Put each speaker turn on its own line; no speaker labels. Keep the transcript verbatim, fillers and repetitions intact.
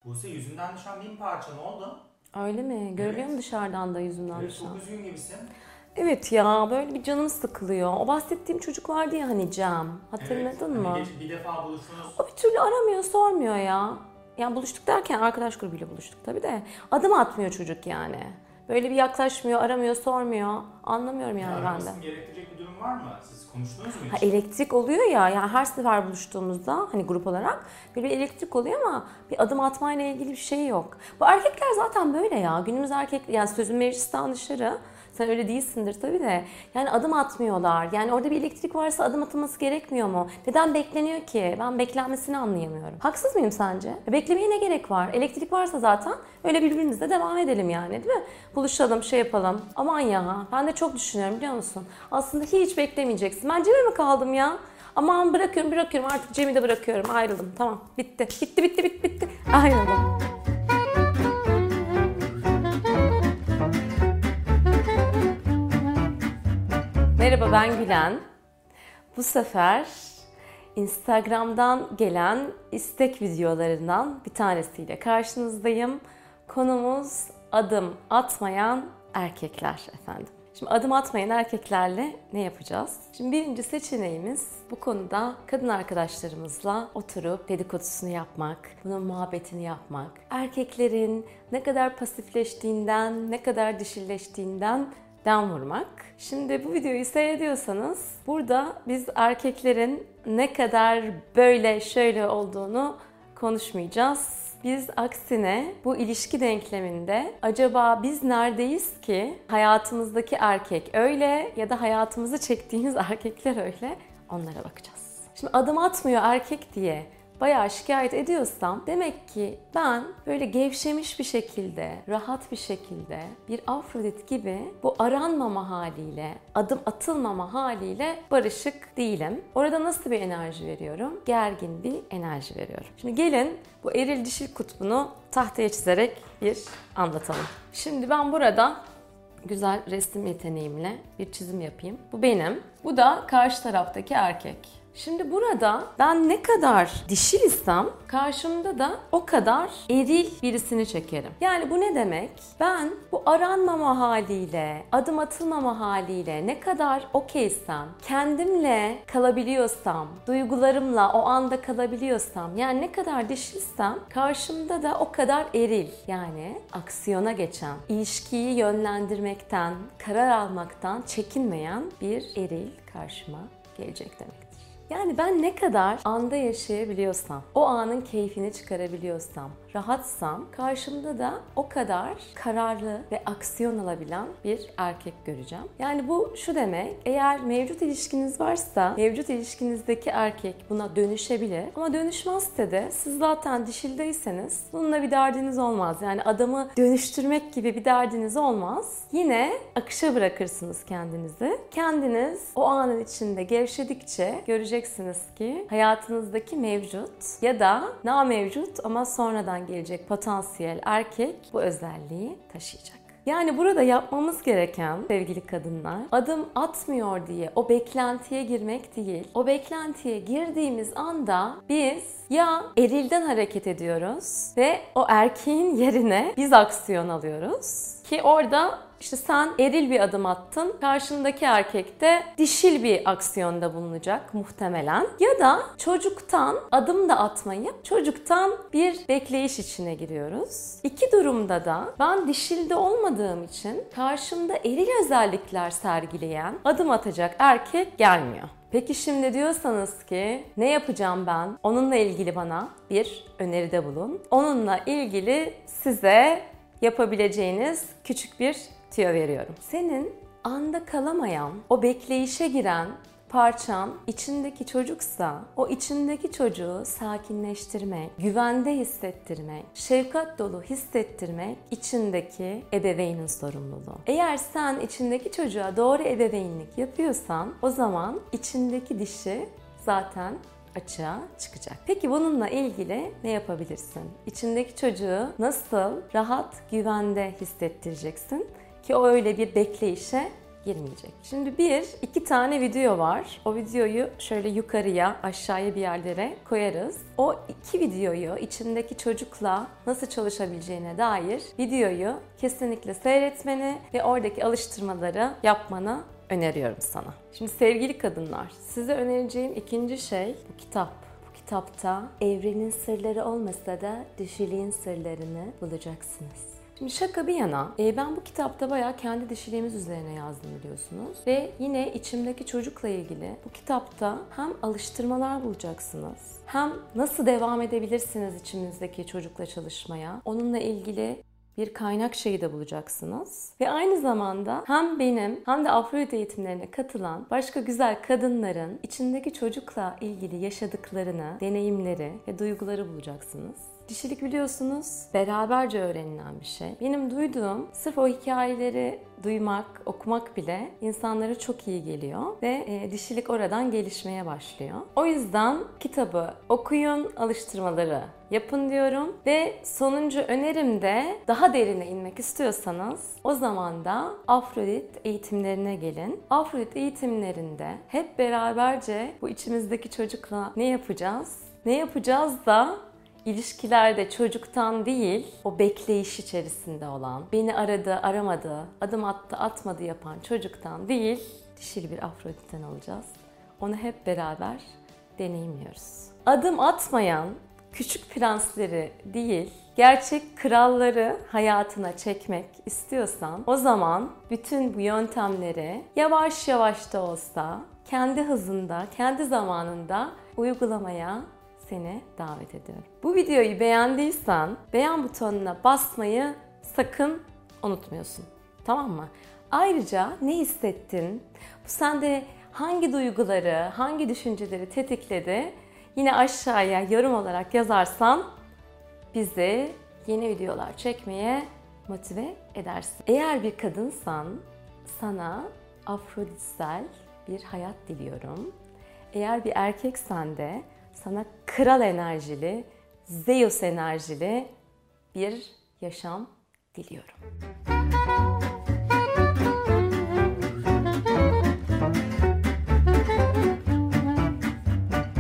Buse yüzünden düşen bin parça ne oldu?
Öyle mi? Görülüyor
Evet.
mu dışarıdan da yüzümden
Evet,
düşen?
çok üzgün gibisin.
Evet ya, böyle bir canım sıkılıyor. O bahsettiğim çocuk vardı ya hani Cem.
Evet,
Hatırladın
hani
mı?
geç- bir defa buluştunuz.
O bir türlü aramıyor, sormuyor ya. Yani buluştuk derken arkadaş grubuyla buluştuk tabii de. Adım atmıyor çocuk yani. Böyle bir yaklaşmıyor, aramıyor, sormuyor. Anlamıyorum yani ben de.
Aramasını gerektirecek bir durum var mı? Siz konuştunuz mu
Ha,
hiç?
elektrik oluyor ya, yani her sefer buluştuğumuzda hani grup olarak böyle bir elektrik oluyor ama bir adım atmayla ilgili bir şey yok. Bu erkekler zaten böyle ya, günümüz erkek, yani sözün meclisten dışarı, sen öyle değilsindir tabii de, yani adım atmıyorlar. Yani orada bir elektrik varsa adım atılması gerekmiyor mu? Neden bekleniyor ki? Ben beklenmesini anlayamıyorum. Haksız mıyım sence? Beklemeye ne gerek var? Elektrik varsa zaten öyle birbirimizle devam edelim yani, değil mi? Buluşalım, şey yapalım. Aman ya, ben de çok düşünüyorum biliyor musun? Aslında hiç beklemeyeceksin. Ben Cem'e mi kaldım ya? Aman bırakıyorum bırakıyorum artık, Cem'i de bırakıyorum, ayrıldım, tamam, bitti. Bitti bitti bitti bitti. Ayrıldım. Merhaba, ben Gülen. Bu sefer Instagram'dan gelen istek videolarından bir tanesiyle karşınızdayım. Konumuz adım atmayan erkekler efendim. Şimdi adım atmayan erkeklerle ne yapacağız? Şimdi birinci seçeneğimiz bu konuda kadın arkadaşlarımızla oturup dedikodusunu yapmak, bunun muhabbetini yapmak. Erkeklerin ne kadar pasifleştiğinden, ne kadar dişilleştiğinden dem vurmak. Şimdi bu videoyu seyrediyorsanız burada biz erkeklerin ne kadar böyle şöyle olduğunu konuşmayacağız. Biz aksine bu ilişki denkleminde acaba biz neredeyiz ki hayatımızdaki erkek öyle ya da hayatımızı çektiğimiz erkekler öyle, onlara bakacağız. Şimdi adım atmıyor erkek diye bayağı şikayet ediyorsam demek ki ben böyle gevşemiş bir şekilde, rahat bir şekilde bir Afrodit gibi bu aranmama haliyle, adım atılmama haliyle barışık değilim. Orada nasıl bir enerji veriyorum? Gergin bir enerji veriyorum. Şimdi gelin bu eril dişil kutbunu tahtaya çizerek bir anlatalım. Şimdi ben burada güzel resim yeteneğimle bir çizim yapayım. Bu benim. Bu da karşı taraftaki erkek. Şimdi burada ben ne kadar dişil isem karşımda da o kadar eril birisini çekerim. Yani bu ne demek? Ben bu aranmama haliyle, adım atılmama haliyle ne kadar okeysem, kendimle kalabiliyorsam, duygularımla o anda kalabiliyorsam, yani ne kadar dişilsem karşımda da o kadar eril, yani aksiyona geçen, ilişkiyi yönlendirmekten, karar almaktan çekinmeyen bir eril karşıma gelecek demektir. Yani ben ne kadar anda yaşayabiliyorsam, o anın keyfini çıkarabiliyorsam, rahatsam, karşımda da o kadar kararlı ve aksiyon alabilen bir erkek göreceğim. Yani bu şu demek, eğer mevcut ilişkiniz varsa, mevcut ilişkinizdeki erkek buna dönüşebilir. Ama dönüşmezse de siz zaten dişildeyseniz bununla bir derdiniz olmaz. Yani adamı dönüştürmek gibi bir derdiniz olmaz. Yine akışa bırakırsınız kendinizi. Kendiniz o anın içinde gevşedikçe göreceksiniz ki hayatınızdaki mevcut ya da na mevcut ama sonradan gelecek potansiyel erkek bu özelliği taşıyacak. Yani burada yapmamız gereken sevgili kadınlar, adım atmıyor diye o beklentiye girmek değil. O beklentiye girdiğimiz anda biz ya erilden hareket ediyoruz ve o erkeğin yerine biz aksiyon alıyoruz ki orada İşte sen eril bir adım attın, karşındaki erkek de dişil bir aksiyonda bulunacak muhtemelen. Ya da çocuktan adım da atmayıp çocuktan bir bekleyiş içine giriyoruz. İki durumda da ben dişilde olmadığım için karşımda eril özellikler sergileyen adım atacak erkek gelmiyor. Peki şimdi diyorsanız ki ne yapacağım ben? Onunla ilgili bana bir öneride bulun. Onunla ilgili size yapabileceğiniz küçük bir tüyo veriyorum. Senin anda kalamayan, o bekleyişe giren parçan içindeki çocuksa o içindeki çocuğu sakinleştirmek, güvende hissettirmek, şefkat dolu hissettirmek içindeki ebeveynin sorumluluğu. Eğer sen içindeki çocuğa doğru ebeveynlik yapıyorsan o zaman içindeki dişi zaten açığa çıkacak. Peki bununla ilgili ne yapabilirsin? İçindeki çocuğu nasıl rahat, güvende hissettireceksin ki o öyle bir bekleyişe girmeyecek. Şimdi bir, iki tane video var. O videoyu şöyle yukarıya, aşağıya bir yerlere koyarız. O iki videoyu içindeki çocukla nasıl çalışabileceğine dair videoyu kesinlikle seyretmeni ve oradaki alıştırmaları yapmanı öneriyorum sana. Şimdi sevgili kadınlar, size önereceğim ikinci şey bu kitap. Bu kitapta evrenin sırları olmasa da dişiliğin sırlarını bulacaksınız. Şimdi şaka bir yana, ben bu kitapta bayağı kendi dişiliğimiz üzerine yazdım biliyorsunuz. Ve yine içimdeki çocukla ilgili bu kitapta hem alıştırmalar bulacaksınız, hem nasıl devam edebilirsiniz içimizdeki çocukla çalışmaya, onunla ilgili bir kaynak şeyi de bulacaksınız. Ve aynı zamanda hem benim hem de Afrodit eğitimlerine katılan başka güzel kadınların içindeki çocukla ilgili yaşadıklarını, deneyimleri ve duyguları bulacaksınız. Dişilik biliyorsunuz beraberce öğrenilen bir şey. Benim duyduğum sırf o hikayeleri duymak, okumak bile insanlara çok iyi geliyor ve e, dişilik oradan gelişmeye başlıyor. O yüzden kitabı okuyun, alıştırmaları yapın diyorum ve sonuncu önerim de daha derine inmek istiyorsanız o zaman da Afrodit eğitimlerine gelin. Afrodit eğitimlerinde hep beraberce bu içimizdeki çocukla ne yapacağız? Ne yapacağız da İlişkilerde çocuktan değil, o bekleyiş içerisinde olan, beni aradı, aramadı, adım attı, atmadı yapan çocuktan değil, dişil bir Afrodit'ten alacağız. Onu hep beraber deneyimliyoruz. Adım atmayan küçük prensleri değil, gerçek kralları hayatına çekmek istiyorsan, o zaman bütün bu yöntemleri yavaş yavaş da olsa, kendi hızında, kendi zamanında uygulamaya seni davet ediyorum. Bu videoyu beğendiysen beğen butonuna basmayı sakın unutmuyorsun. Tamam mı? Ayrıca ne hissettin? Bu sende hangi duyguları, hangi düşünceleri tetikledi? Yine aşağıya yorum olarak yazarsan bizi yeni videolar çekmeye motive edersin. Eğer bir kadınsan sana Afroditsel bir hayat diliyorum. Eğer bir erkeksen de sana kral enerjili, Zeus enerjili bir yaşam diliyorum.